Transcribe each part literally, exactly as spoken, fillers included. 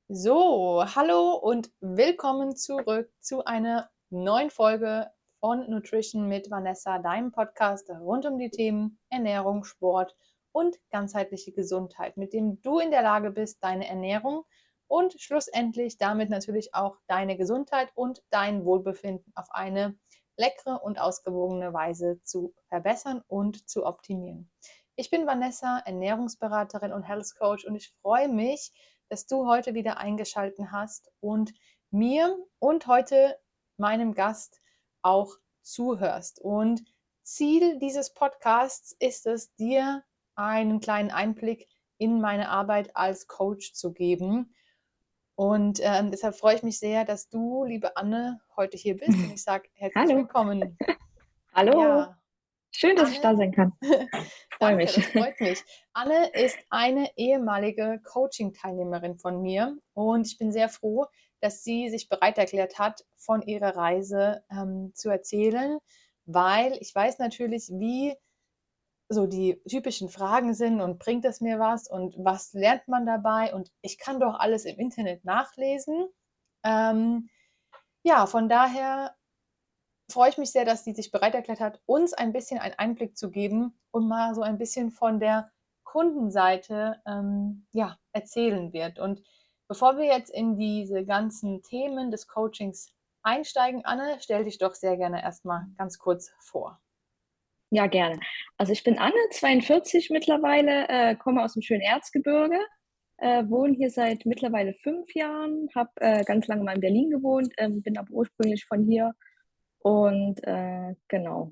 So, hallo und willkommen zurück zu einer neuen Folge von Nutrition mit Vanessa, deinem Podcast rund um die Themen Ernährung, Sport und ganzheitliche Gesundheit, mit dem du in der Lage bist, deine Ernährung und schlussendlich damit natürlich auch deine Gesundheit und dein Wohlbefinden auf eine leckere und ausgewogene Weise zu verbessern und zu optimieren. Ich bin Vanessa, Ernährungsberaterin und Health Coach, und ich freue mich, dass du heute wieder eingeschaltet hast und mir und heute meinem Gast auch zuhörst. Und Ziel dieses Podcasts ist es, dir einen kleinen Einblick in meine Arbeit als Coach zu geben. Und ähm, deshalb freue ich mich sehr, dass du, liebe Anne, heute hier bist. Und ich sage herzlich Hallo, willkommen. hallo. Ja, Schön, dass ich da Anne, sein kann. Freue danke, mich. das freut mich. Anne ist eine ehemalige Coaching-Teilnehmerin von mir, und ich bin sehr froh, dass sie sich bereit erklärt hat, von ihrer Reise ähm, zu erzählen, weil ich weiß natürlich, wie so die typischen Fragen sind und bringt es mir was und was lernt man dabei, und ich kann doch alles im Internet nachlesen. Ähm, ja, von daher freue ich mich sehr, dass sie sich bereit erklärt hat, uns ein bisschen einen Einblick zu geben und mal so ein bisschen von der Kundenseite ähm, ja, erzählen wird. Und bevor wir jetzt in diese ganzen Themen des Coachings einsteigen, Anne, stell dich doch sehr gerne erstmal ganz kurz vor. Ja, gerne. Also ich bin Anne, zweiundvierzig mittlerweile, äh, komme aus dem schönen Erzgebirge, äh, wohne hier seit mittlerweile fünf Jahren, habe äh, ganz lange mal in Berlin gewohnt, ähm, bin aber ursprünglich von hier und äh, genau.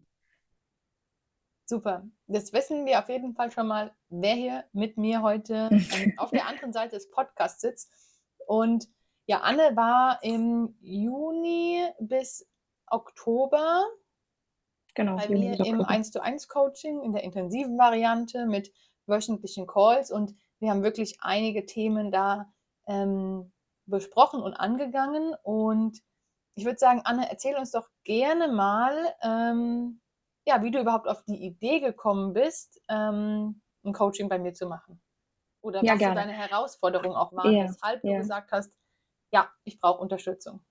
Super. Jetzt wissen wir auf jeden Fall schon mal, wer hier mit mir heute ähm, auf der anderen Seite des Podcasts sitzt. Und ja, Anne war im Juni bis Oktober Genau, bei Juni mir bis im Oktober. eins zu eins Coaching in der intensiven Variante mit wöchentlichen Calls, und wir haben wirklich einige Themen da ähm, besprochen und angegangen. Und ich würde sagen, Anne, erzähl uns doch gerne mal, ähm, ja, wie du überhaupt auf die Idee gekommen bist, ähm, ein Coaching bei mir zu machen. Oder Ja, was so gerne. deine Herausforderungen auch waren, Ja, weshalb du ja. gesagt hast, ja, ich brauche Unterstützung.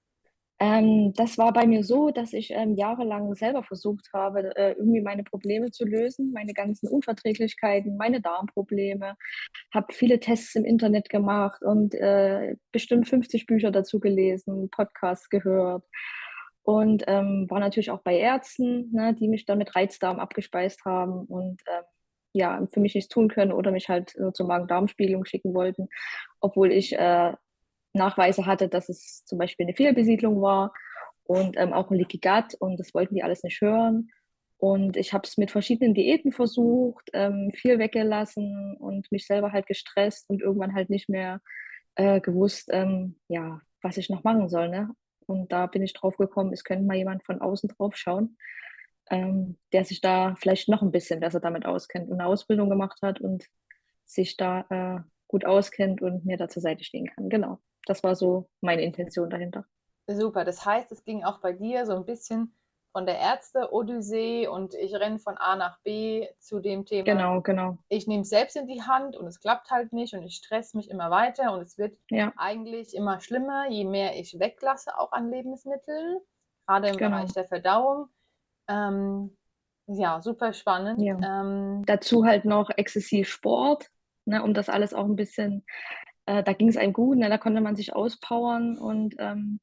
Ähm, das war bei mir so, dass ich, ähm, jahrelang selber versucht habe, äh, irgendwie meine Probleme zu lösen, meine ganzen Unverträglichkeiten, meine Darmprobleme. Habe viele Tests im Internet gemacht und, äh, bestimmt fünfzig Bücher dazu gelesen, Podcasts gehört und, ähm, war natürlich auch bei Ärzten, ne, die mich dann mit Reizdarm abgespeist haben und, ähm, ja, für mich nichts tun können oder mich halt, äh, zur Magen-Darm-Spiegelung schicken wollten, obwohl ich, äh, Nachweise hatte, dass es zum Beispiel eine Fehlbesiedlung war und, ähm, auch 'n Leaky Gut, und das wollten die alles nicht hören. Und ich habe es mit verschiedenen Diäten versucht, ähm, viel weggelassen und mich selber halt gestresst und irgendwann halt nicht mehr, äh, gewusst, ähm, ja, was ich noch machen soll, ne? Und da bin ich drauf gekommen, es könnte mal jemand von außen drauf schauen, ähm, der sich da vielleicht noch ein bisschen besser damit auskennt und 'ne Ausbildung gemacht hat und sich da, äh, gut auskennt und mir da zur Seite stehen kann. Genau. Das war so meine Intention dahinter. Super, das heißt, es ging auch bei dir so ein bisschen von der Ärzte-Odyssee und ich renne von A nach B zu dem Thema, Genau, genau. ich nehme es selbst in die Hand und es klappt halt nicht und ich stresse mich immer weiter und es wird Ja, eigentlich immer schlimmer, je mehr ich weglasse auch an Lebensmitteln, gerade im Bereich genau. der Verdauung. Ähm, ja, super spannend. Ja. Ähm, Dazu halt noch exzessiv Sport, ne, um das alles auch 'n bisschen äh, da ging's einem gut, ne, da konnte man sich auspowern und, ähm,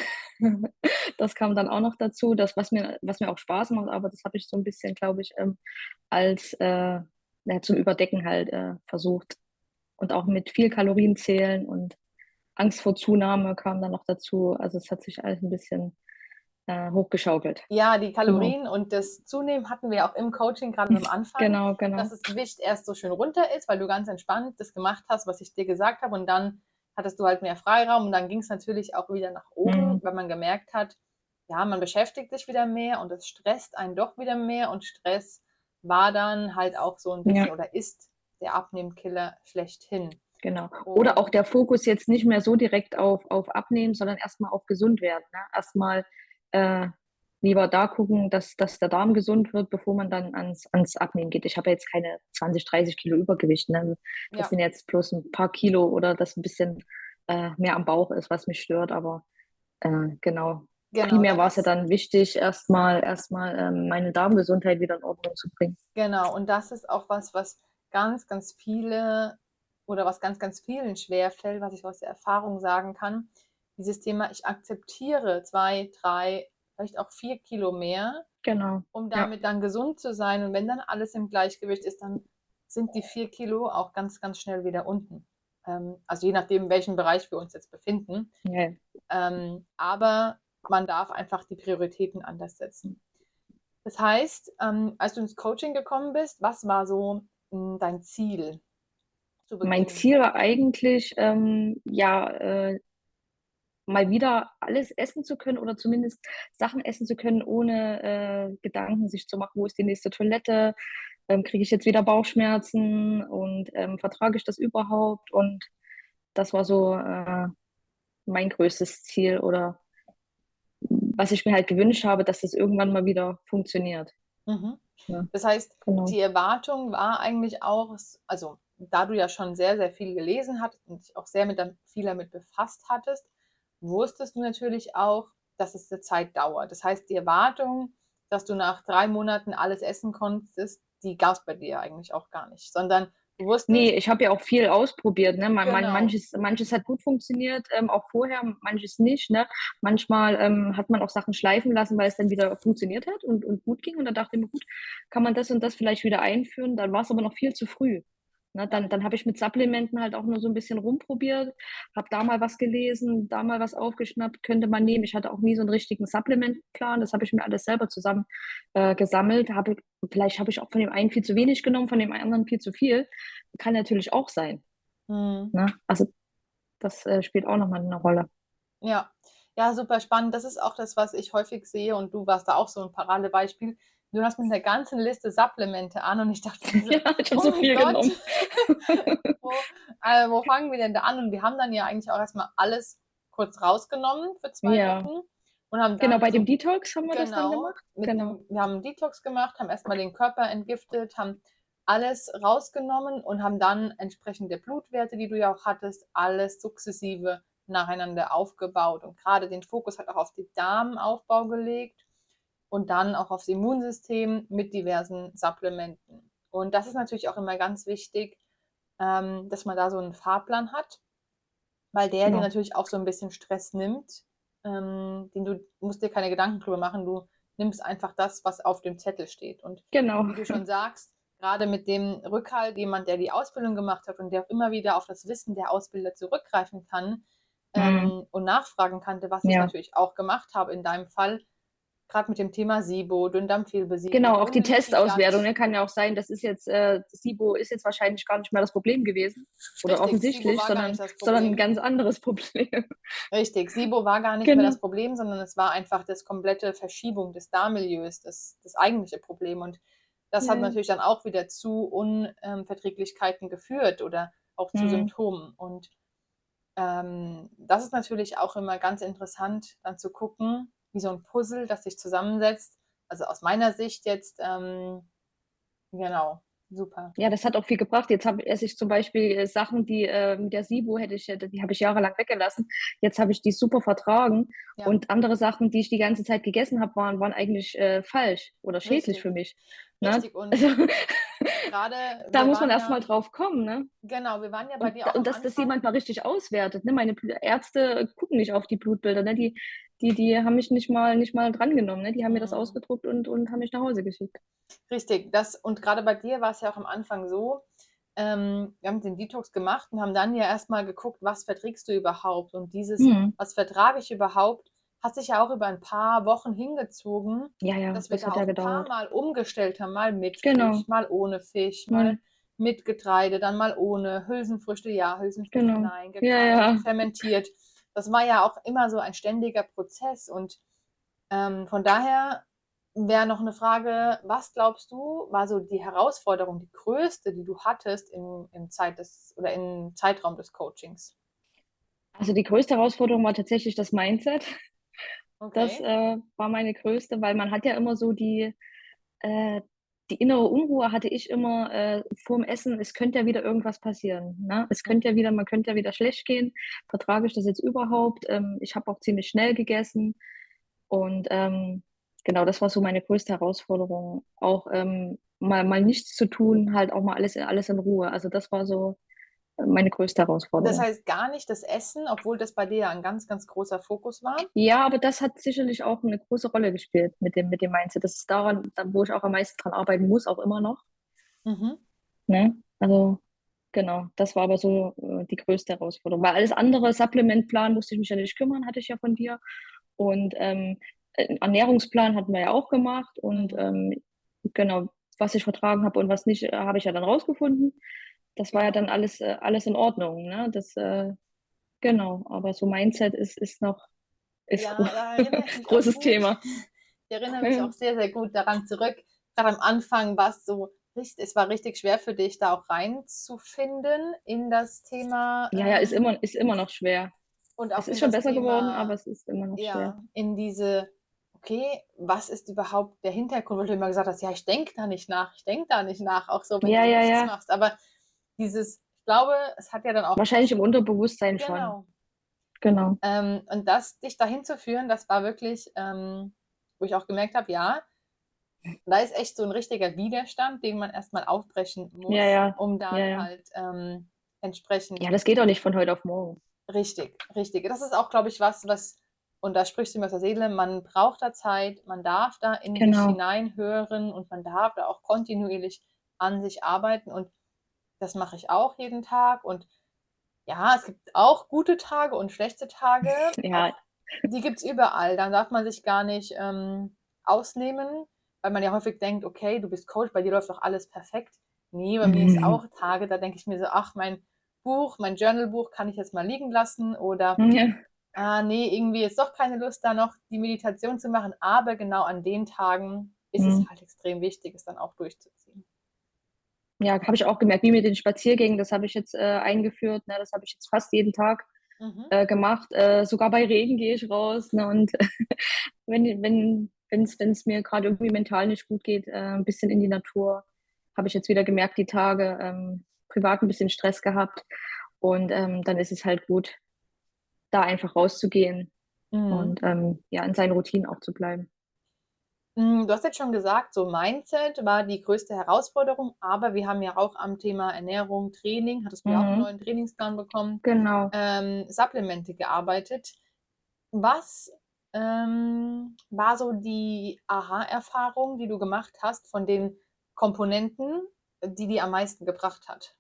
das kam dann auch noch dazu, das was mir was mir auch Spaß macht, aber das habe ich so 'n bisschen, glaube ich, ähm, als, äh, ja, zum Überdecken halt, äh, versucht. Und auch mit viel Kalorien zählen und Angst vor Zunahme kam dann noch dazu. Also, es hat sich alles 'n bisschen, äh, hochgeschaukelt. Ja, die Genau. Kalorien und das Zunehmen hatten wir auch im Coaching gerade am Anfang, Genau, dass genau. das Gewicht erst so schön runter ist, weil du ganz entspannt das gemacht hast, was ich dir gesagt habe, und dann hattest du halt mehr Freiraum und dann ging es natürlich auch wieder nach oben, Mhm. weil man gemerkt hat, ja, man beschäftigt sich wieder mehr und es stresst einen doch wieder mehr, und Stress war dann halt auch so ein bisschen Ja. oder ist der Abnehmkiller schlechthin. Genau. Oder auch Und der Fokus jetzt nicht mehr so direkt auf auf Abnehmen, sondern erst mal auf gesund werden, ne? Erst mal, äh, lieber da gucken, dass dass der Darm gesund wird, bevor man dann ans ans Abnehmen geht. Ich habe ja jetzt keine zwanzig, dreißig Kilo Übergewicht, ne? Das ja, sind jetzt bloß 'n paar Kilo oder das 'n bisschen äh, mehr am Bauch ist, was mich stört. Aber äh, genau, Genau, primär ja, war es ja das dann wichtig, erstmal erstmal ähm, meine Darmgesundheit wieder in Ordnung zu bringen. genau. Und das ist auch was, was ganz, ganz viele oder was ganz, ganz vielen schwerfällt, was ich aus der Erfahrung sagen kann. Dieses Thema, ich akzeptiere zwei, drei, vielleicht auch vier Kilo mehr, Genau, um ja, damit dann gesund zu sein. Und wenn dann alles im Gleichgewicht ist, dann sind die vier Kilo auch ganz, ganz schnell wieder unten. Ähm, also je nachdem, in welchem Bereich wir uns jetzt befinden. ja. Ähm, aber man darf einfach die Prioritäten anders setzen. Das heißt, ähm, als du ins Coaching gekommen bist, was war so mh, dein Ziel zu Mein Beginn? Ziel war eigentlich, ähm, ja, äh, mal wieder alles essen zu können oder zumindest Sachen essen zu können, ohne äh, Gedanken sich zu machen, wo ist die nächste Toilette, ähm, kriege ich jetzt wieder Bauchschmerzen und ähm, vertrage ich das überhaupt? Und das war so äh, mein größtes Ziel oder was ich mir halt gewünscht habe, dass das irgendwann mal wieder funktioniert. Mhm. Ja, Das heißt, genau. die Erwartung war eigentlich auch, also da du ja schon sehr, sehr viel gelesen hattest und dich auch sehr mit, viel damit befasst hattest, wusstest du natürlich auch, dass es eine Zeit dauert. Das heißt, die Erwartung, dass du nach drei Monaten alles essen konntest, die gab es bei dir eigentlich auch gar nicht, sondern du Nee, wusstest, ich habe ja auch viel ausprobiert, ne? Man, man, genau, manches, manches hat gut funktioniert, ähm, auch vorher, manches nicht, ne? Manchmal ähm, hat man auch Sachen schleifen lassen, weil es dann wieder funktioniert hat und, und gut ging. Und dann dachte ich mir, gut, kann man das und das vielleicht wieder einführen? Dann war es aber noch viel zu früh. Ne? ja. Dann, dann habe ich mit Supplementen halt auch nur so ein bisschen rumprobiert, habe da mal was gelesen, da mal was aufgeschnappt, könnte man nehmen. Ich hatte auch nie so einen richtigen Supplementplan, das habe ich mir alles selber zusammen äh, gesammelt. Habe, vielleicht habe ich auch von dem einen viel zu wenig genommen, von dem anderen viel zu viel. Kann natürlich auch sein. Hm. Ne? Also das äh, spielt auch nochmal eine Rolle. Ja, ja, super spannend. Das ist auch das, was ich häufig sehe und du warst da auch so ein Paradebeispiel. Du hast mit einer ganzen Liste Supplemente an und ich dachte mir so, Ja, ich habe oh so mein viel Gott, genommen. wo, äh, wo fangen wir denn da an? Und wir haben dann ja eigentlich auch erstmal alles kurz rausgenommen für zwei Ja, Wochen und haben genau, dann bei dem so, Detox haben wir das dann genau, gemacht. mit Genau. einem, wir haben einen Detox gemacht, haben erstmal den Körper entgiftet, haben alles rausgenommen und haben dann entsprechend der Blutwerte, die du ja auch hattest, alles sukzessive nacheinander aufgebaut und gerade den Fokus hat auch auf den Darmaufbau gelegt und dann auch aufs Immunsystem mit diversen Supplementen. Und das ist natürlich auch immer ganz wichtig, ähm, dass man da so einen Fahrplan hat, weil der dir Genau. natürlich auch so ein bisschen Stress nimmt. Ähm, den du musst dir keine Gedanken drüber machen, du nimmst einfach das, was auf dem Zettel steht. Und Genau. wie du schon sagst, gerade mit dem Rückhalt, jemand, der die Ausbildung gemacht hat und der auch immer wieder auf das Wissen der Ausbilder zurückgreifen kann Mhm. ähm, und nachfragen kannte, was ich Ja. natürlich auch gemacht habe in deinem Fall, gerade mit dem Thema SIBO, Genau, Dünndarmfehlbesiedlung auch und die Leaky Gut. Testauswertung, ne, kann ja auch sein, das ist jetzt, äh, SIBO ist jetzt wahrscheinlich gar nicht mehr das Problem gewesen oder Richtig, SIBO offensichtlich, war gar nicht sondern, das sondern ein Problem. ganz anderes Problem. Richtig, SIBO war gar nicht mehr Genau. das Problem, sondern es war einfach das komplette Verschiebung des Darmmilieus, das, das eigentliche Problem. Und das Ja, hat ja. natürlich dann auch wieder zu Unverträglichkeiten geführt oder auch zu Mhm. Symptomen. Und ähm, das ist natürlich auch immer ganz interessant, dann zu gucken, wie so ein Puzzle, das sich zusammensetzt. Also aus meiner Sicht jetzt, ähm, genau, super. Ja, das hat auch viel gebracht. Jetzt habe esse ich zum Beispiel äh, Sachen, die äh, mit der SIBO hätte ich, äh, die habe ich jahrelang weggelassen. Jetzt habe ich die super vertragen. Ja, Und andere Sachen, die ich die ganze Zeit gegessen habe, waren, waren eigentlich äh, falsch oder schädlich für richtig, mich. Ne? richtig. Und Also gerade, da wir muss man waren erst mal ja, drauf kommen, ne? genau, wir waren ja bei Und, dir auch und am dass das Anfang. jemand mal richtig auswertet. Ne? Meine Ärzte gucken nicht auf die Blutbilder. Ne? Die, die, die haben mich nicht mal, nicht mal drangenommen. Ne? Die haben mir das Hm. ausgedruckt und, und haben mich nach Hause geschickt. Richtig, das und gerade bei dir war es ja auch am Anfang so, ähm, wir haben den Detox gemacht und haben dann ja erstmal geguckt, was verträgst du überhaupt? Und dieses, Hm. was vertrage ich überhaupt, hat sich ja auch über ein paar Wochen hingezogen, Ja, ja, dass wir das da hat ja auch ein paar gedauert. Mal umgestellt haben, mal mit Genau. Fisch, mal ohne Fisch, mal Hm. mit Getreide, dann mal ohne, Hülsenfrüchte ja, Hülsenfrüchte Genau. nein, Ja, Getreide, ja. fermentiert. Das war ja auch immer so ein ständiger Prozess und ähm, von daher wäre noch eine Frage, was glaubst du, war so die Herausforderung, die größte, die du hattest im, im Zeit des oder im Zeitraum des Coachings? Also die größte Herausforderung war tatsächlich das Mindset. Das Okay. äh, war meine größte, weil man hat ja immer so die, äh, die innere Unruhe hatte ich immer, äh, vorm Essen, es könnte ja wieder irgendwas passieren, ne? Es könnte ja Mhm. wieder mir könnte ja wieder schlecht gehen. Vertrage ich das jetzt überhaupt? Ähm, ich habe auch ziemlich schnell gegessen und, ähm, genau, das war so meine größte Herausforderung. Auch, ähm, mal mal nichts zu tun, halt auch mal alles alles in Ruhe. Also, das war so, äh, meine größte Das Herausforderung. heißt gar nicht das Essen, obwohl das bei dir ja 'n ganz, ganz großer Fokus war? Ja, aber das hat sicherlich auch 'ne große Rolle gespielt mit dem mit dem Mindset. Das ist daran da wo ich auch am meisten dran arbeiten muss, auch immer noch, Mhm. ne? Also, genau, das war aber so, äh, die größte Herausforderung. Weil alles andere, Supplementplan musste ich mich ja nicht kümmern, hatte ich ja von dir. Und, ähm, äh, Ernährungsplan hatten wir ja auch gemacht und, Mhm. ähm, genau, was ich vertragen habe und was nicht, äh, habe ich ja dann rausgefunden. Das war ja Ja. dann alles äh, alles in Ordnung, ne? Das, äh genau, aber so Mindset ist ist noch ist gro Ja, da erinnere ich mich auch großes gut. Thema. Ich erinnere mich Ja. auch sehr, sehr gut daran zurück. Grad am Anfang war's so richt es war richtig schwer für dich, da auch reinzufinden in das Thema, Ja, ja, ist ähm immer ist immer noch schwer. und auch Es ist in schon das besser geworden, Thema aber es ist immer noch schwer. ja, in diese okay, was ist überhaupt der Hintergrund, weil du immer gesagt hast: „Ja, ich denke da nicht nach, ich denke da nicht nach“, auch so, wenn Ja, du ja, nichts ja. machst. Aber dieses ich glaube, es hat ja dann auch Wahrscheinlich im Unterbewusstsein schon. genau. Genau. Ähm, und das dich dahin zu führen, das war wirklich, ähm, wo ich auch gemerkt habe, ja, da ist echt so 'n richtiger Widerstand, den man erst mal aufbrechen Ja, muss, ja. um Ja, dann ja. halt, ähm, entsprechend Ja, das geht auch nicht von heute auf morgen. richtig, richtig. Das ist auch, glaube ich, was, was und da sprichst du mir aus der Seele, man braucht da Zeit, man darf da in sich Genau. hineinhören und man darf da auch kontinuierlich an sich arbeiten und das mache ich auch jeden Tag und ja, es gibt auch gute Tage und schlechte Tage, Ja. auch die gibt's überall. Da darf man sich gar nicht, ähm, ausnehmen, weil man ja häufig denkt: „Okay, du bist Coach, bei dir läuft doch alles perfekt.“ Ne, bei mir ist auch Tage, da denke ich mir so: „Ach, mein Buch, mein Journalbuch kann ich jetzt mal liegen lassen“ oder Ja. „Ah ne, irgendwie ist doch keine Lust, da noch die Meditation zu machen.“ Aber genau an den Tagen ist es Mhm. halt extrem wichtig, es dann auch durchzuziehen. Ja, habe ich auch gemerkt, wie mit den Spaziergängen, das habe ich jetzt, äh, eingeführt, ne? Das habe ich jetzt fast jeden Tag, Mhm. äh, gemacht. Äh, sogar bei Regen gehe ich raus, ne? Und wenn die wenn wenn's wenn's mir grad irgendwie mental nicht gut geht, äh, 'n bisschen in die Natur. Habe ich jetzt wieder gemerkt, die Tage, ähm, privat 'n bisschen Stress gehabt und, ähm, dann ist es halt gut, da einfach rauszugehen Mhm. und, ähm, ja, in seinen Routinen auch zu bleiben. Hm, du hast jetzt schon gesagt, so Mindset war die größte Herausforderung, aber wir haben ja auch am Thema Ernährung, Training hattest du ja auch 'n Mhm. neuen Trainingsplan bekommen, Genau. ähm, Supplemente gearbeitet. Was, ähm, war so die Aha-Erfahrung, die du gemacht hast von den Komponenten, die dir am meisten gebracht hat?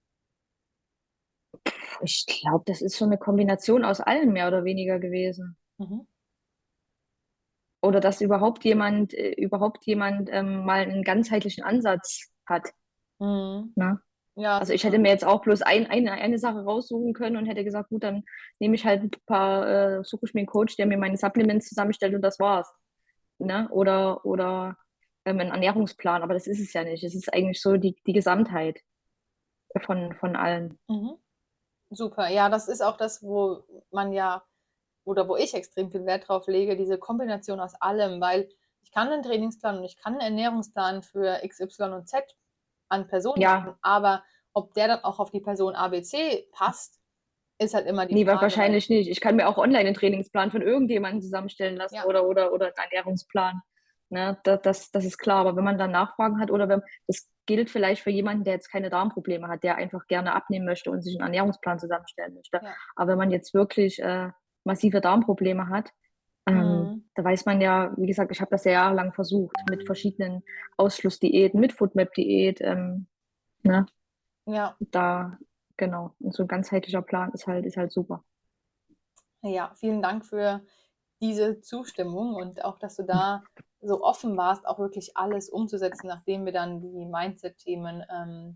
Ich glaube, das ist so 'ne Kombination aus allem mehr oder weniger gewesen. Mhm. Oder dass überhaupt jemand äh, überhaupt jemand, ähm, mal 'n ganzheitlichen Ansatz hat, Mhm. ne? Ja, Also, ich hätte super. mir jetzt auch bloß ein eine eine Sache raussuchen können und hätte gesagt: „Gut, dann nehme ich halt 'n paar äh, suche ich mir 'n Coach, der mir meine Supplements zusammenstellt und das war's“, ne? Oder oder, ähm, 'n Ernährungsplan, aber das ist es ja nicht. Es ist eigentlich so die die Gesamtheit von von allem. Mhm. Super. Ja, das ist auch das, wo man ja oder wo ich extrem viel Wert drauf lege, diese Kombination aus allem, weil ich kann 'nen Trainingsplan und ich kann 'n Ernährungsplan für X, Y und Z an Personen machen, Ja. aber ob der dann auch auf die Person A, B, C passt, ist halt immer die Ne, wa Frage, weil wahrscheinlich nicht. Ich kann mir auch online 'nen Trainingsplan von irgendjemandem zusammenstellen lassen Ja. oder oder oder 'n Ernährungsplan, ne? Da das das ist klar. Aber wenn man dann Nachfragen hat oder wenn das gilt vielleicht für jemanden, der jetzt keine Darmprobleme hat, der einfach gerne abnehmen möchte und sich 'n Ernährungsplan zusammenstellen möchte. Ja. Aber wenn man jetzt wirklich, äh, massive Darmprobleme hat, ähm, Mhm. da weiß man ja wie gesagt, ich habe das ja jahrelang versucht mit verschiedenen Ausschlussdiäten, mit FODMAP-Diät, ähm, ne? Ja. Da genau. Und so 'n ganzheitlicher Plan ist halt ist halt super. Ja, vielen Dank für diese Zustimmung und auch, dass du da so offen warst, auch wirklich alles umzusetzen, nachdem wir dann die Mindset-Themen, ähm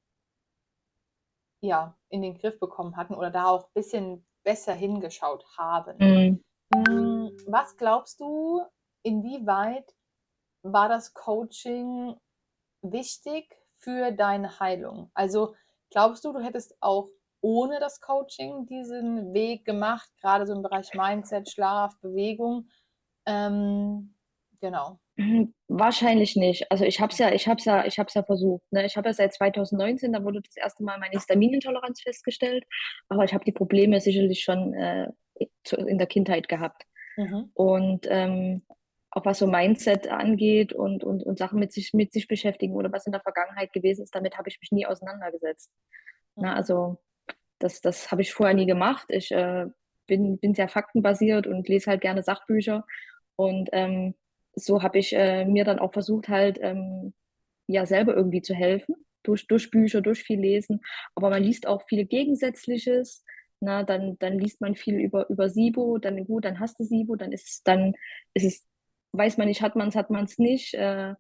ja, in den Griff bekommen hatten oder da auch bisschen besser hingeschaut haben. Mhm. Hm, was glaubst du, inwieweit war das Coaching wichtig für deine Heilung? Also, glaubst du, du hättest auch ohne das Coaching diesen Weg gemacht, grade so im Bereich Mindset, Schlaf, Bewegung? Ähm, Genau. Mhm, wahrscheinlich nicht. Also, ich habe es ja ich habe es ja ich habe es ja versucht, ne? Ich habe ja seit zweitausendneunzehn, da wurde das erste Mal meine Histaminintoleranz festgestellt, aber ich habe die Probleme sicherlich schon, äh, zu in der Kindheit gehabt. Mhm. Und, ähm, auch was so Mindset angeht und und und Sachen mit sich mit sich beschäftigen oder was in der Vergangenheit gewesen ist, damit habe ich mich nie auseinandergesetzt, ne? Mhm. Also, das das habe ich vorher nie gemacht. Ich, äh, bin bin sehr faktenbasiert und lese halt gerne Sachbücher und, ähm, so habe ich, äh, mir dann auch versucht halt, ähm, ja, selber irgendwie zu helfen durch durch Bücher, durch viel Lesen. Aber man liest auch viel Gegensätzliches, ne? Dann dann liest man viel über über SIBO, dann gut, dann hast du SIBO, dann ist es dann ist es weiß man nicht, hat man's, hat man's nicht, äh,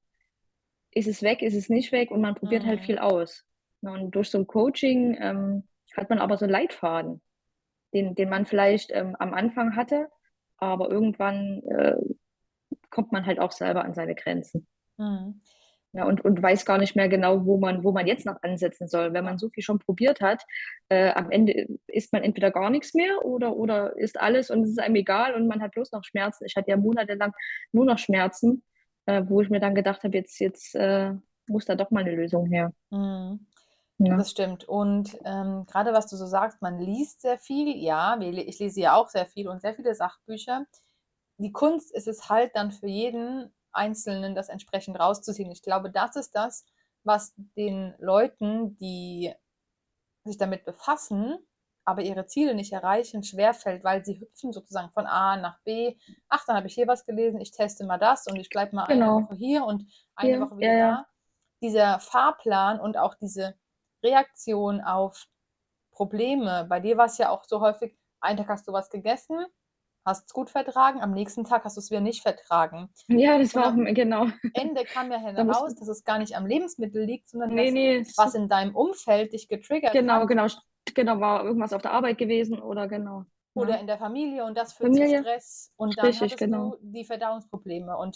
ist es weg, ist es nicht weg und man probiert halt Mhm. viel aus, ne? Und durch so 'n Coaching, ähm, hat man aber so 'n Leitfaden, den den man vielleicht, ähm, am Anfang hatte, aber irgendwann, äh, kommt man halt auch selber an seine Grenzen. Mhm. Ja, und und weiß gar nicht mehr genau, wo man wo man jetzt noch ansetzen soll. Wenn man Ja. so viel schon probiert hat, äh, am Ende isst man entweder gar nix mehr oder oder isst alles und es ist einem egal und man hat bloß noch Schmerzen. Ich hatte ja monatelang nur noch Schmerzen, äh, wo ich mir dann gedacht habe: „Jetzt jetzt, äh, muss da doch mal 'ne Lösung her.“ Mhm. Ne? Das stimmt. Und, ähm, grade was du so sagst, man liest sehr viel. Ja, wir le ich lese ja auch sehr viel und sehr viele Sachbücher. Die Kunst ist es halt dann für jeden Einzelnen, das entsprechend rauszuziehen. Ich glaube, das ist das, was den Leuten, die sich damit befassen, aber ihre Ziele nicht erreichen, schwerfällt, weil sie hüpfen sozusagen von A nach B. Ach, dann habe ich hier was gelesen, ich teste mal das und ich bleibe mal eine Genau. Woche hier und eine Ja, Woche ja, wieder ja. da. Dieser Fahrplan und auch diese Reaktion auf Probleme. Bei dir war's ja auch so häufig, einen Tag hast du was gegessen, hast's gut vertragen, am nächsten Tag hast du's wieder nicht vertragen. Ja, das Und war auch am m genau. Ende kam ja Da muss heraus, dass es gar nicht am Lebensmittel liegt, sondern Ne, das, ne, es was in deinem Umfeld dich getriggert hat Genau, genau, st genau, war irgendwas auf der Arbeit gewesen oder genau, oder ne? in der Familie und das führt zu Familie, Stress und dann richtig, hattest genau. du die Verdauungsprobleme und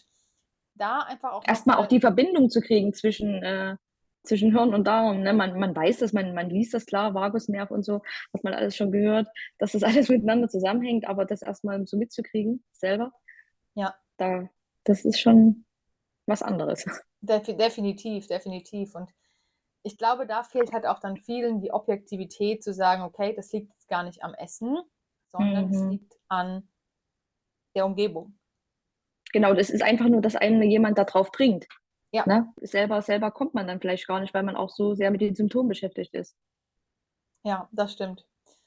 da einfach auch noch Erst mal auch mal die Verbindung zu kriegen zwischen äh, zwischen Hirn und Darm, ne? Man man weiß das, man man liest das, klar, Vagusnerv und so, hat man alles schon gehört, dass das alles miteinander zusammenhängt, aber das erst mal so mitzukriegen selber Ja. da das ist schon was anderes. Defi definitiv, definitiv. Und ich glaube, da fehlt halt auch dann vielen die Objektivität zu sagen: „Okay, das liegt jetzt gar nicht am Essen, sondern es Mhm. liegt an der Umgebung.“ Genau, das ist einfach nur, dass einen jemand da drauf bringt, Ja. ne? Selber selber kommt man dann vielleicht gar nicht, weil man auch so sehr mit den Symptomen beschäftigt ist. Ja, das stimmt.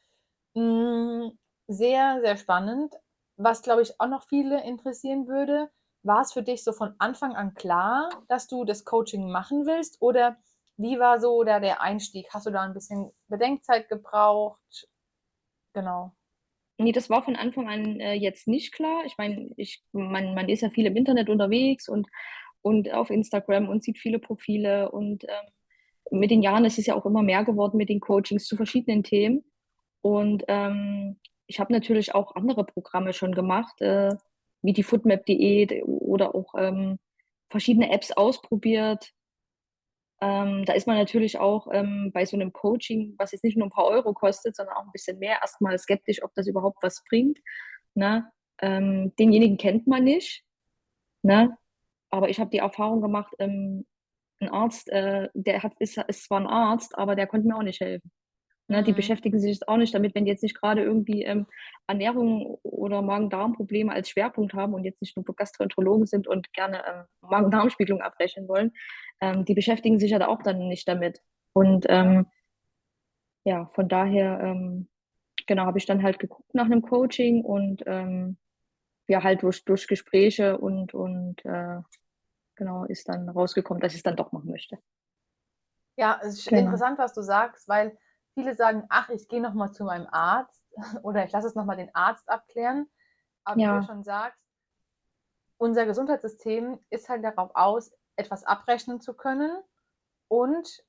Hm, sehr, sehr spannend. Was, glaube ich, auch noch viele interessieren würde: War's für dich so von Anfang an klar, dass du das Coaching machen willst oder wie war so da der Einstieg? Hast du da 'n bisschen Bedenkzeit gebraucht? Genau. Ne, das war von Anfang an, äh, jetzt nicht klar. Ich meine, ich man man ist ja viel im Internet unterwegs und und auf Instagram und sieht viele Profile und, ähm, mit den Jahren ist es ja auch immer mehr geworden mit den Coachings zu verschiedenen Themen. Und, ähm, ich habe natürlich auch andere Programme schon gemacht, äh, wie die Foodmap-Diät oder auch, ähm, verschiedene Apps ausprobiert. Ähm, da ist man natürlich auch, ähm, bei so 'nem Coaching, was jetzt nicht nur 'n paar Euro kostet, sondern auch 'n bisschen mehr, erst mal skeptisch, ob das überhaupt was bringt, ne? Ähm, denjenigen kennt man nicht, ne? Aber ich habe die Erfahrung gemacht, ähm, 'n Arzt, äh, der hat ist ist zwar 'n Arzt, aber der konnte mir auch nicht helfen, ne? Die Mhm. beschäftigen sich jetzt auch nicht damit, wenn die jetzt nicht grade irgendwie, ähm, Ernährung oder Magen-Darm-Probleme als Schwerpunkt haben und jetzt nicht nur Gastroenterologen sind und gerne, ähm, Magen-Darm-Spiegelung abrechnen wollen. Ähm, die beschäftigen sich ja da auch dann nicht damit. Und, Ja. ähm ja, von daher, ähm, genau, habe ich dann halt geguckt nach 'nem Coaching und, ähm, ja, halt durch durch Gespräche und und, äh, genau, ist dann rausgekommen, dass ich's dann doch machen möchte. Ja, es ist Genau. interessant, was du sagst, weil viele sagen: „Ach, ich gehe noch mal zu meinem Arzt oder ich lasse es noch mal den Arzt abklären.“ Aber wie du Ja. schon sagst unser Gesundheitssystem ist halt darauf aus, etwas abrechnen zu können und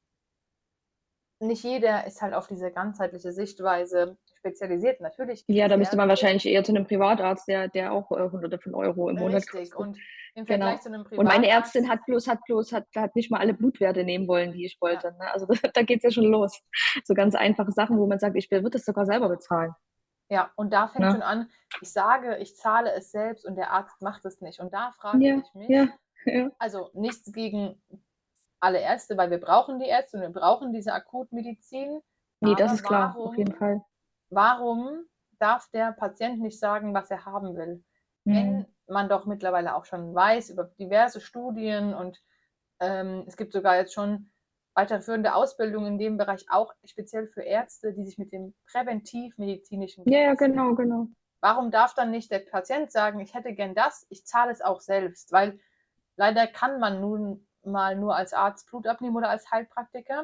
nicht jeder ist halt auf diese ganzheitliche Sichtweise spezialisiert. Natürlich gibt Ja, es da müsste man Ärzte wahrscheinlich eher zu 'nem Privatarzt, der der auch, äh, Hunderte von Euro im Monat Richtig. kostet. Und im Vergleich Genau. zu 'nem Und meine Privatarzt Ärztin hat bloß hat bloß hat hat nicht mal alle Blutwerte nehmen wollen, die ich Ja. wollte, ne? Also, da da geht's ja schon los. So ganz einfache Sachen, wo man sagt: „Ich wer würde das sogar selber bezahlen.“ Ja, und da fängt Ne? schon an, ich sage, ich zahle es selbst und der Arzt macht es nicht. Und da frage Ja, ich mich, ja, ja. also nichts gegen alle Ärzte, weil wir brauchen die Ärzte und wir brauchen diese Akutmedizin. Nee, das Aber ist klar, auf jeden warum, Fall. warum darf der Patient nicht sagen, was er haben will? Mhm. Wenn man doch mittlerweile auch schon weiß über diverse Studien und ähm, es gibt sogar jetzt schon weiterführende Ausbildungen in dem Bereich, auch speziell für Ärzte, die sich mit dem präventivmedizinischen Ja, ja, befassen. genau, genau. Warum darf dann nicht der Patient sagen, ich hätte gern das, ich zahle es auch selbst? Weil leider kann man nun mal nur als Arzt Blut abnehmen oder als Heilpraktiker.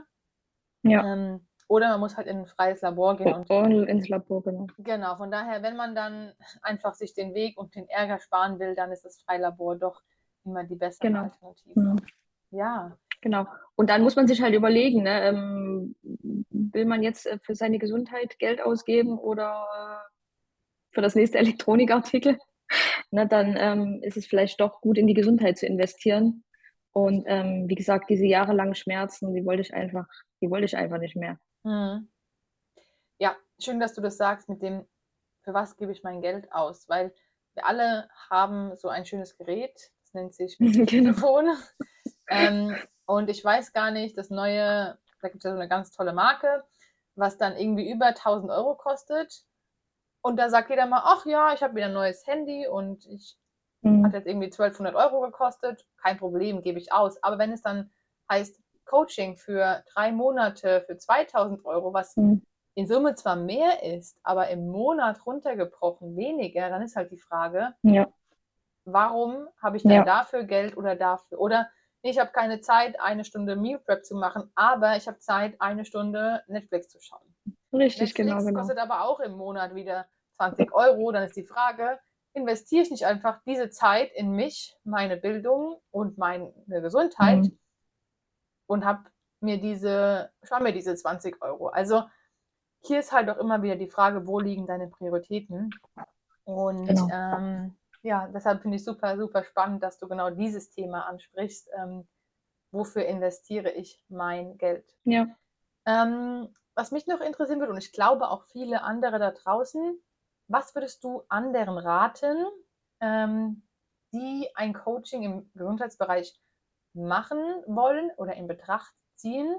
Ja. Ähm, oder man muss halt in ein freies Labor gehen. Und Und ins Labor, genau. genau, von daher, wenn man dann einfach sich den Weg und den Ärger sparen will, dann ist das Freilabor doch immer die bessere Genau. Alternative. Mhm. Ja. Genau. Und dann muss man sich halt überlegen, ne, ähm, will man jetzt äh, für seine Gesundheit Geld ausgeben oder äh, für das nächste Elektronikartikel? Ne, dann ähm, ist es vielleicht doch gut, in die Gesundheit zu investieren. Und ähm, wie gesagt, diese jahrelangen Schmerzen, die wollte ich einfach, die wollte ich einfach nicht mehr. Mhm. Ja, schön, dass du das sagst mit dem, für was gebe ich mein Geld aus? Weil wir alle haben so ein schönes Gerät, das nennt sich Genau. Mobiltelefon. ähm, und ich weiß gar nicht, das neue, da gibt es ja so eine ganz tolle Marke, was dann irgendwie über tausend Euro kostet. Und da sagt jeder mal, ach ja, ich habe wieder ein neues Handy und ich hat Mhm. jetzt irgendwie zwölfhundert Euro gekostet, kein Problem, gebe ich aus. Aber wenn es dann heißt Coaching für drei Monate für zweitausend Euro, was Mhm. in Summe zwar mehr ist, aber im Monat runtergebrochen weniger, dann ist halt die Frage, Ja, warum habe ich dann ja, dafür Geld oder dafür? Oder ich habe keine Zeit, eine Stunde Meal Prep zu machen, aber ich habe Zeit, eine Stunde Netflix zu schauen. richtig, genau, Netflix genau. kostet aber auch im Monat wieder zwanzig Euro. Dann ist die Frage, investiere ich nicht einfach diese Zeit in mich, meine Bildung und meine Gesundheit Mhm. und habe mir diese, spare mir diese zwanzig Euro. Also hier ist halt auch immer wieder die Frage, wo liegen deine Prioritäten? Und Genau. ähm, ja, deshalb finde ich super, super spannend, dass du genau dieses Thema ansprichst. Ähm, wofür investiere ich mein Geld? Ja. Ähm, was mich noch interessieren würde, und ich glaube auch viele andere da draußen, was würdest du anderen raten, ähm, die ein Coaching im Gesundheitsbereich machen wollen oder in Betracht ziehen?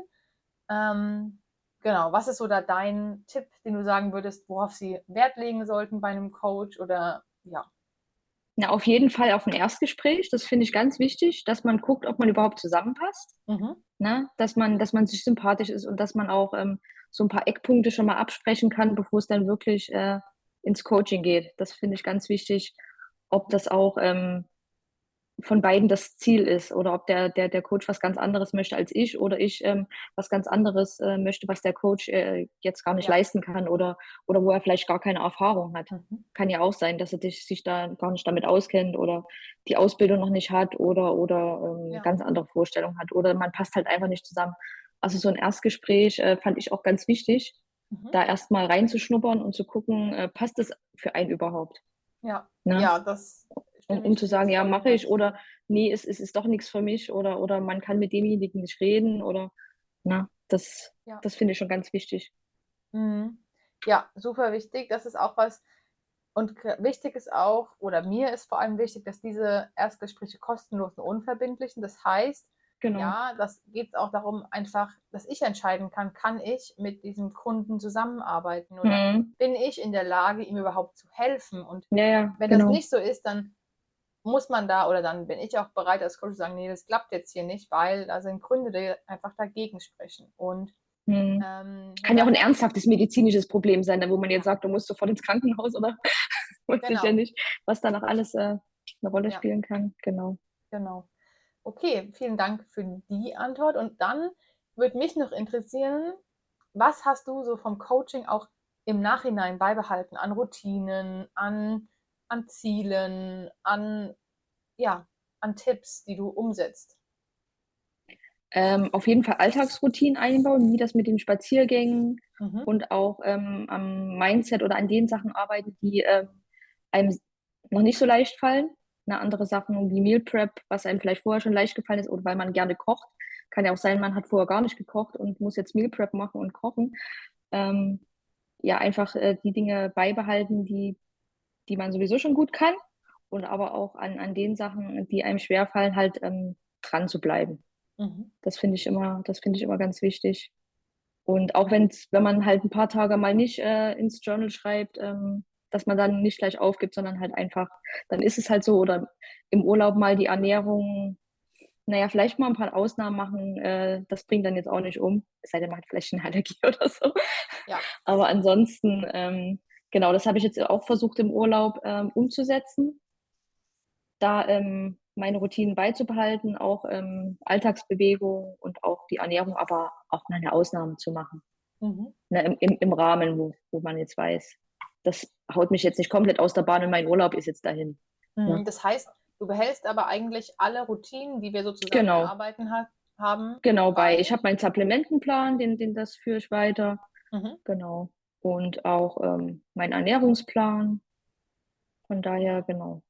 Ähm, genau, was ist so da dein Tipp, den du sagen würdest, worauf sie Wert legen sollten bei einem Coach oder ja. Na, auf jeden Fall auf ein Erstgespräch. Das finde ich ganz wichtig, dass man guckt, ob man überhaupt zusammenpasst, Mhm. ne? Dass man dass man sich sympathisch ist und dass man auch, ähm, so ein paar Eckpunkte schon mal absprechen kann, bevor es dann wirklich, äh, ins Coaching geht. Das finde ich ganz wichtig, ob das auch, ähm, von beiden das Ziel ist oder ob der der der Coach was ganz anderes möchte als ich oder ich, ähm, was ganz anderes, äh, möchte, was der Coach, äh, jetzt gar nicht Ja. leisten kann oder oder wo er vielleicht gar keine Erfahrung hat. Mhm. Kann ja auch sein, dass er dich sich da gar nicht damit auskennt oder die Ausbildung noch nicht hat oder oder, ähm, Ja. ganz andere Vorstellungen hat oder man passt halt einfach nicht zusammen. Also, so ein Erstgespräch, äh, fand ich auch ganz wichtig, Mhm. da erst mal reinzuschnuppern und zu gucken, äh, passt es für einen überhaupt, Ja. ne? Ja, das Um stimme um ich zu dir sagen: „Ja, voll und mache ich“ ganz oder zu. „Nee, es es ist doch nichts für mich“ oder oder man kann mit demjenigen nicht reden oder ne? Das Ja. das finde ich schon ganz wichtig. Mhm. Ja, super wichtig. Das ist auch was, und wichtig ist auch, oder mir ist vor allem wichtig, dass diese Erstgespräche kostenlos und unverbindlich sind. Das heißt, Genau. ja, das geht es auch darum, einfach, dass ich entscheiden kann, kann ich mit diesem Kunden zusammenarbeiten oder Mhm. bin ich in der Lage, ihm überhaupt zu helfen? Und Ja, ja, wenn das genau. nicht so ist, dann muss man da oder dann bin ich auch bereit als Coach zu sagen, nee, das klappt jetzt hier nicht, weil da sind Gründe, die einfach dagegen sprechen. Und Mhm. ähm, von Kann ja auch 'n daher, ernsthaftes medizinisches Problem sein, ne, wo man jetzt ja, sagt, du musst sofort ins Krankenhaus oder weiß ich ja genau, nicht, was da noch alles, äh, 'ne Rolle ja, spielen kann. Genau. genau. Okay, vielen Dank für die Antwort. Und dann würde mich noch interessieren, was hast du so vom Coaching auch im Nachhinein beibehalten an Routinen, an, an Zielen, an, ja, an Tipps, die du umsetzt? Ähm, auf jeden Fall Alltagsroutinen einbauen, wie das mit den Spaziergängen Mhm. und auch, ähm, am Mindset oder an den Sachen arbeiten, die, ähm, einem s noch nicht so leicht fallen, ne? Andere Sachen wie Meal Prep, was einem vielleicht vorher schon leicht gefallen ist oder weil man gerne kocht. Kann ja auch sein, man hat vorher gar nicht gekocht und muss jetzt Meal Prep machen und kochen. Ähm, ja, einfach äh, die Dinge beibehalten, die, die man sowieso schon gut kann und aber auch an, an den Sachen, die einem schwerfallen, halt ähm, dran zu bleiben. Mhm. Das finde ich immer, das finde ich immer ganz wichtig. Und auch wenn's, wenn man halt ein paar Tage mal nicht äh, ins Journal schreibt, ähm, dass man dann nicht gleich aufgibt, sondern halt einfach, dann ist es halt so. Oder im Urlaub mal die Ernährung, naja, vielleicht mal ein paar Ausnahmen machen, äh, das bringt dann jetzt auch nicht um. Es sei denn, man hat vielleicht eine Allergie oder so. Ja. Aber ansonsten, ähm, genau, das habe ich jetzt auch versucht im Urlaub ähm, umzusetzen, da ähm, meine Routinen beizubehalten, auch ähm, Alltagsbewegung und auch die Ernährung, aber auch mal eine Ausnahme zu machen. Mhm. Ne, im, im, im Rahmen, wo, wo man jetzt weiß, das haut mich jetzt nicht komplett aus der Bahn und mein Urlaub ist jetzt dahin. Mhm. Ne? Das heißt, du behältst aber eigentlich alle Routinen, die wir so zusammen Genau, erarbeiten ha haben, genau bei. Ich bei. habe meinen Supplementenplan, den, den das führe ich weiter. Mhm. Genau. Und auch ähm, meinen Ernährungsplan. Von daher, genau.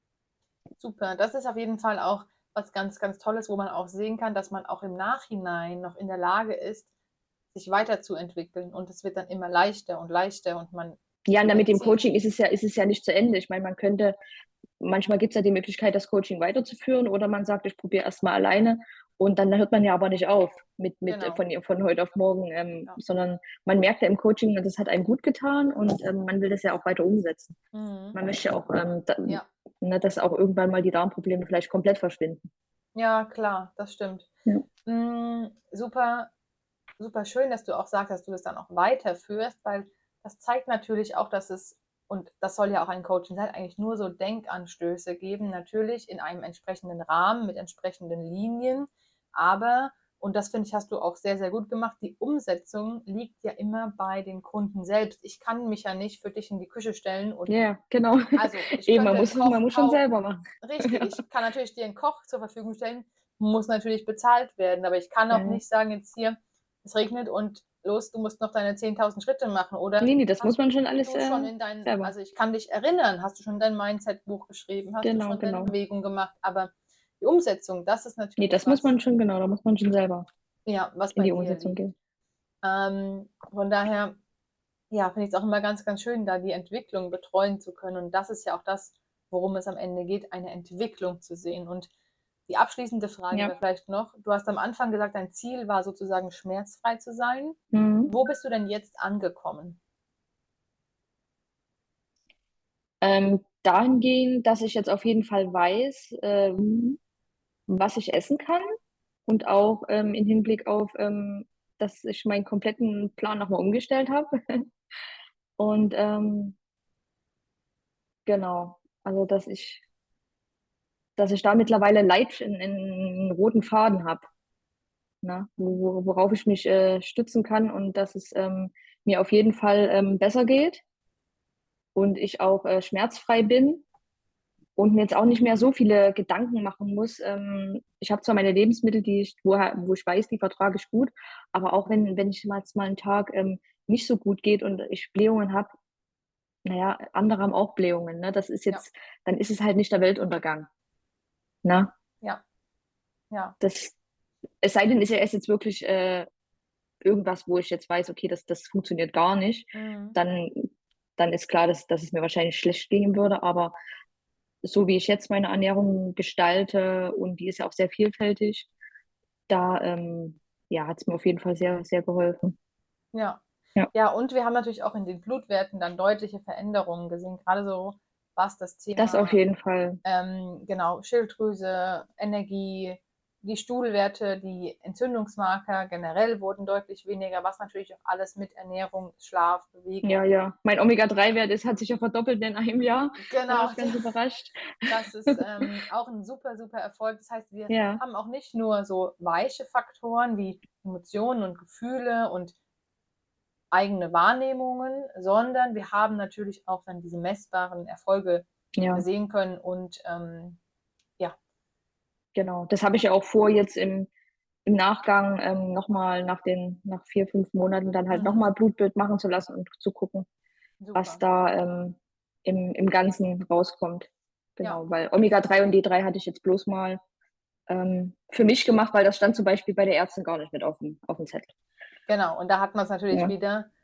Super. Das ist auf jeden Fall auch was ganz, ganz Tolles, wo man auch sehen kann, dass man auch im Nachhinein noch in der Lage ist, sich weiterzuentwickeln. Und es wird dann immer leichter und leichter und man Ja, und mit merkt dem sich, Coaching ist es ja, ist es ja nicht zu Ende. Ich meine, man könnte, manchmal gibt es ja die Möglichkeit, das Coaching weiterzuführen oder man sagt, ich probiere erst mal alleine und dann hört man ja aber nicht auf mit, mit äh, genau, von, von heute auf morgen, ähm, ja. sondern man merkt ja im Coaching, das hat einem gut getan und ähm, man will das ja auch weiter umsetzen. Mhm. Man möchte ja auch, ähm, da, Ja. ne, dass auch irgendwann mal die Darmprobleme vielleicht komplett verschwinden. Ja, klar, das stimmt. Ja. Mm, super, super schön, dass du auch sagst, dass du das dann auch weiterführst, weil das zeigt natürlich auch, dass es, und das soll ja auch ein Coaching sein, eigentlich nur so Denkanstöße geben, natürlich in einem entsprechenden Rahmen mit entsprechenden Linien, aber, und das finde ich, hast du auch sehr, sehr gut gemacht, die Umsetzung liegt ja immer bei den Kunden selbst. Ich kann mich ja nicht für dich in die Küche stellen und, Ja, genau. also ich Eben, man könnte einen muss, man Koch muss schon selber kaufen, machen. richtig, Ja. ich kann natürlich dir einen Koch zur Verfügung stellen, muss natürlich bezahlt werden, aber ich kann Ja, auch ja. nicht sagen, jetzt hier, es regnet und los, du musst noch deine zehntausend Schritte machen. Oder Nee, nee, das muss hast man schon alles du äh, schon in dein, selber. also ich kann dich erinnern, hast du schon dein Mindset-Buch geschrieben, hast du Genau, schon deine genau. Bewegung gemacht, aber die Umsetzung, das ist Nee, natürlich das muss was, man schon, genau, da muss man schon selber ja, was in bei die dir Umsetzung liegt. gehen. Ähm, von daher, ja, finde ich es auch immer ganz, ganz schön, da die Entwicklung betreuen zu können. Und das ist ja auch das, worum es am Ende geht, eine Entwicklung zu sehen. Und die abschließende Frage Ja. wäre vielleicht noch, du hast am Anfang gesagt, dein Ziel war sozusagen schmerzfrei zu sein. Mhm. Wo bist du denn jetzt angekommen? Ähm, dahingehend, dass ich jetzt auf jeden Fall weiß, ähm, was ich essen kann und auch ähm, im Hinblick auf, ähm, dass ich meinen kompletten Plan nochmal umgestellt habe. Und ähm, genau, also dass ich, dass ich da mittlerweile Leit in, in einen roten Faden habe, ne? Wo, worauf ich mich äh, stützen kann und dass es ähm, mir auf jeden Fall ähm, besser geht und ich auch äh, schmerzfrei bin und mir jetzt auch nicht mehr so viele Gedanken machen muss. Ähm, ich habe zwar meine Lebensmittel, die ich, wo, wo ich weiß, die vertrage ich gut, aber auch wenn, wenn ich mal jetzt mal einen Tag ähm, nicht so gut geht und ich Blähungen habe, naja, andere haben auch Blähungen, ne? Das ist Ja, jetzt, dann ist es halt nicht der Weltuntergang. Ne? ja, ja. Das, es sei denn, ich esse jetzt wirklich äh, irgendwas, wo ich jetzt weiß, okay, das, das funktioniert gar nicht, Mhm. dann, dann ist klar, dass, dass es mir wahrscheinlich schlecht gehen würde. Aber so wie ich jetzt meine Ernährung gestalte und die ist ja auch sehr vielfältig, da ähm, ja, hat es mir auf jeden Fall sehr, sehr geholfen. Ja. Ja, Ja, und wir haben natürlich auch in den Blutwerten dann deutliche Veränderungen gesehen, gerade so was das das auf Thema, jeden Fall. ähm, genau, Schilddrüse, Energie, die Stuhlwerte, die Entzündungsmarker generell wurden deutlich weniger, was natürlich auch alles mit Ernährung, Schlaf, Ja, Bewegung. ja. Mein Omega drei Wert ist, hat sich ja verdoppelt in einem Jahr. Da war Genau, ich ganz überrascht. das ist ähm, auch ein super, super Erfolg. Das heißt, wir Ja, haben auch nicht nur so weiche Faktoren wie Emotionen und Gefühle und eigene Wahrnehmungen, sondern wir haben natürlich auch dann diese messbaren Erfolge, die wir ja, sehen können. Und ähm, ja, genau. Das habe ich ja auch vor, jetzt im, im Nachgang ähm, nochmal nach den, nach vier, fünf Monaten dann halt mhm. nochmal Blutbild machen zu lassen und zu gucken, was Super. da ähm, im, im Ganzen rauskommt. Ja, Genau, weil Omega drei und D drei hatte ich jetzt bloß mal ähm, für mich gemacht, weil das stand zum Beispiel bei der Ärztin gar nicht mit auf dem, auf dem Zettel. genau. Und da hat man es natürlich Ja, wieder.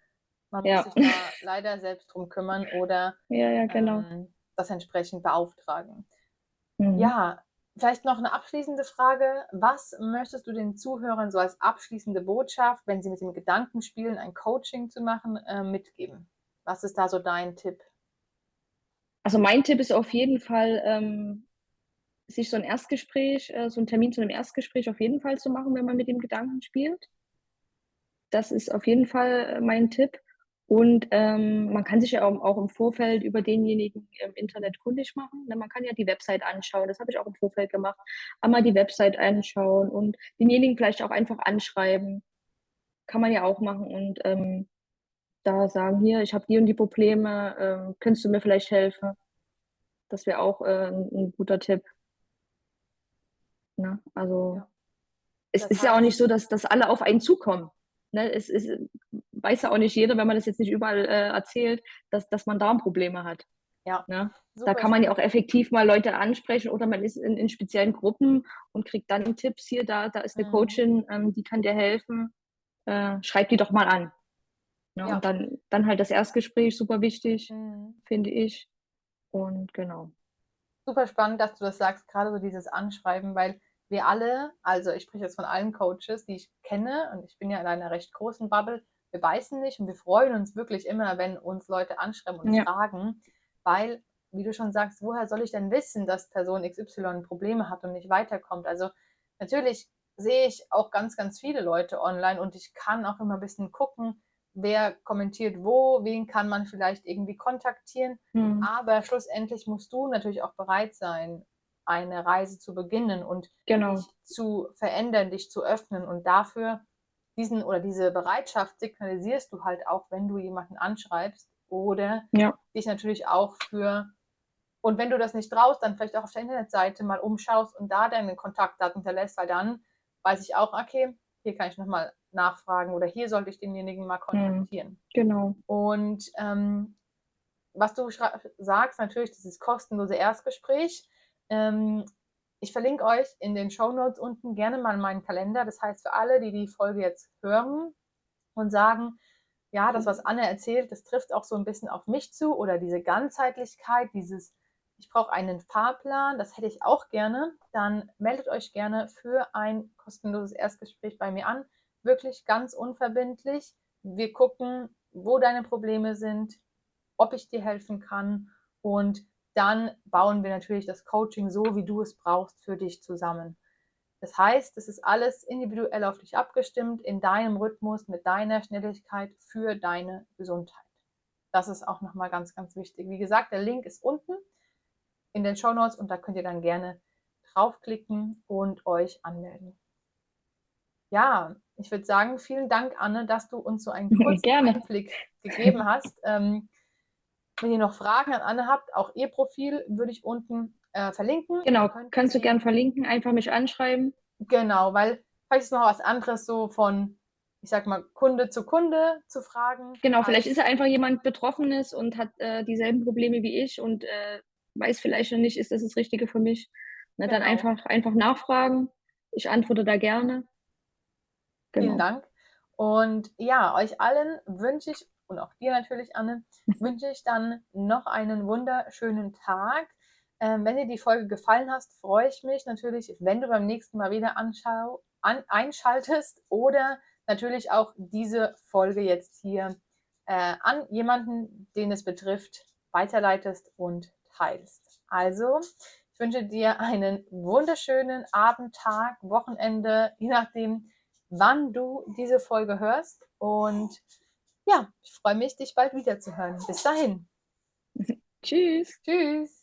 Man muss Ja. sich da leider selbst drum kümmern oder Ja, ja, genau. ähm, das entsprechend beauftragen. Mhm. Ja, vielleicht noch eine abschließende Frage. Was möchtest du den Zuhörern so als abschließende Botschaft, wenn sie mit dem Gedanken spielen, ein Coaching zu machen, äh, mitgeben? Was ist da so dein Tipp? Also, mein Tipp ist auf jeden Fall, ähm, sich so 'n Erstgespräch äh, so 'n Termin zu 'nem Erstgespräch auf jeden Fall zu machen, wenn man mit dem Gedanken spielt. Das ist auf jeden Fall, äh, mein Tipp. Und, ähm, man kann sich ja auch auch im Vorfeld über denjenigen im Internet kundig machen, ne? Man kann ja die Website anschauen. Das habe ich auch im Vorfeld gemacht. Einmal die Website anschauen und denjenigen vielleicht auch einfach anschreiben. Kann man ja auch machen und, ähm, da sagen: „Hier, ich habe die und die Probleme, ähm, könntest du mir vielleicht helfen?“ Das wäre auch, äh, 'n 'n guter Tipp, ne? Also, Ja. es Das ist ja auch nicht heißt so, dass dass alle auf einen zukommen, ne? Es ist weiß ja auch nicht jeder, wenn man das jetzt nicht überall, äh, erzählt, dass dass man Darmprobleme hat, ja, ne? Da super kann man ja auch spannend. effektiv mal Leute ansprechen oder man ist in in speziellen Gruppen und kriegt dann Tipps: „Hier, da da ist 'ne Mhm. Coachin, ähm, die kann dir helfen. Äh, schreib die doch mal an.“ Ne, und Ja. dann dann halt das Erstgespräch, super wichtig, Mhm. finde ich. Und genau. Super spannend, dass du das sagst, gerade so dieses Anschreiben, weil wir alle, also ich spreche jetzt von allen Coaches, die ich kenne, und ich bin ja in einer recht großen Bubble, wir beißen nicht und wir freuen uns wirklich immer, wenn uns Leute anschreiben und Ja, fragen, weil, wie du schon sagst, woher soll ich denn wissen, dass Person X Y Probleme hat und nicht weiterkommt? Also natürlich sehe ich auch ganz, ganz viele Leute online und ich kann auch immer ein bisschen gucken, wer kommentiert wo, wen kann man vielleicht irgendwie kontaktieren. mhm, Aber schlussendlich musst du natürlich auch bereit sein, eine Reise zu beginnen und genau. dich zu verändern, dich zu öffnen. Und dafür diesen oder diese Bereitschaft signalisierst du halt auch, wenn du jemanden anschreibst oder Ja, dich natürlich auch für, und wenn du das nicht traust, dann vielleicht auch auf der Internetseite mal umschaust und da deine Kontaktdaten hinterlässt, weil dann weiß ich auch, okay, hier kann ich nochmal nachfragen oder hier sollte ich denjenigen mal mhm, kontaktieren. genau. Und ähm, was du sagst, natürlich dieses kostenlose Erstgespräch. Ähm, ich verlinke euch in den Shownotes unten gerne mal meinen Kalender. Das heißt, für alle, die die Folge jetzt hören und sagen, ja, das, was Anne erzählt, das trifft auch so ein bisschen auf mich zu oder diese Ganzheitlichkeit, dieses, ich brauche einen Fahrplan, das hätte ich auch gerne, dann meldet euch gerne für ein kostenloses Erstgespräch bei mir an. Wirklich ganz unverbindlich. Wir gucken, wo deine Probleme sind, ob ich dir helfen kann, und dann bauen wir natürlich das Coaching so, wie du es brauchst, für dich zusammen. Das heißt, es ist alles individuell auf dich abgestimmt, in deinem Rhythmus, mit deiner Schnelligkeit für deine Gesundheit. Das ist auch nochmal ganz, ganz wichtig. Wie gesagt, der Link ist unten in den Shownotes und da könnt ihr dann gerne draufklicken und euch anmelden. Ja, ich würde sagen, vielen Dank, Anne, dass du uns so einen kurzen Gerne. Einblick gegeben hast. Ähm, Wenn ihr noch Fragen an Anne habt, auch ihr Profil würde ich unten äh, verlinken. Ihr Genau, könnt kannst du sie, gern verlinken, einfach mich anschreiben. genau, weil vielleicht ist noch was anderes so von, ich sag mal, Kunde zu Kunde zu fragen, Genau, vielleicht ist als, ja einfach jemand Betroffenes und hat, äh, dieselben Probleme wie ich und, äh, weiß vielleicht noch nicht, ist das das Richtige für mich? Ne, dann genau. einfach einfach nachfragen. Ich antworte da gerne. Vielen Genau. Dank. Und ja, euch allen wünsche ich, und auch dir natürlich, Anne, wünsche ich dann noch einen wunderschönen Tag. Ähm, wenn dir die Folge gefallen hat, freue ich mich natürlich, wenn du beim nächsten Mal wieder anschau an, einschaltest oder natürlich auch diese Folge jetzt hier äh, an jemanden, den es betrifft, weiterleitest und teilst. Also, ich wünsche dir einen wunderschönen Abend, Tag, Wochenende, je nachdem, wann du diese Folge hörst. Und ja, ich freue mich, dich bald wieder zu hören. Bis dahin. Tschüss. Tschüss.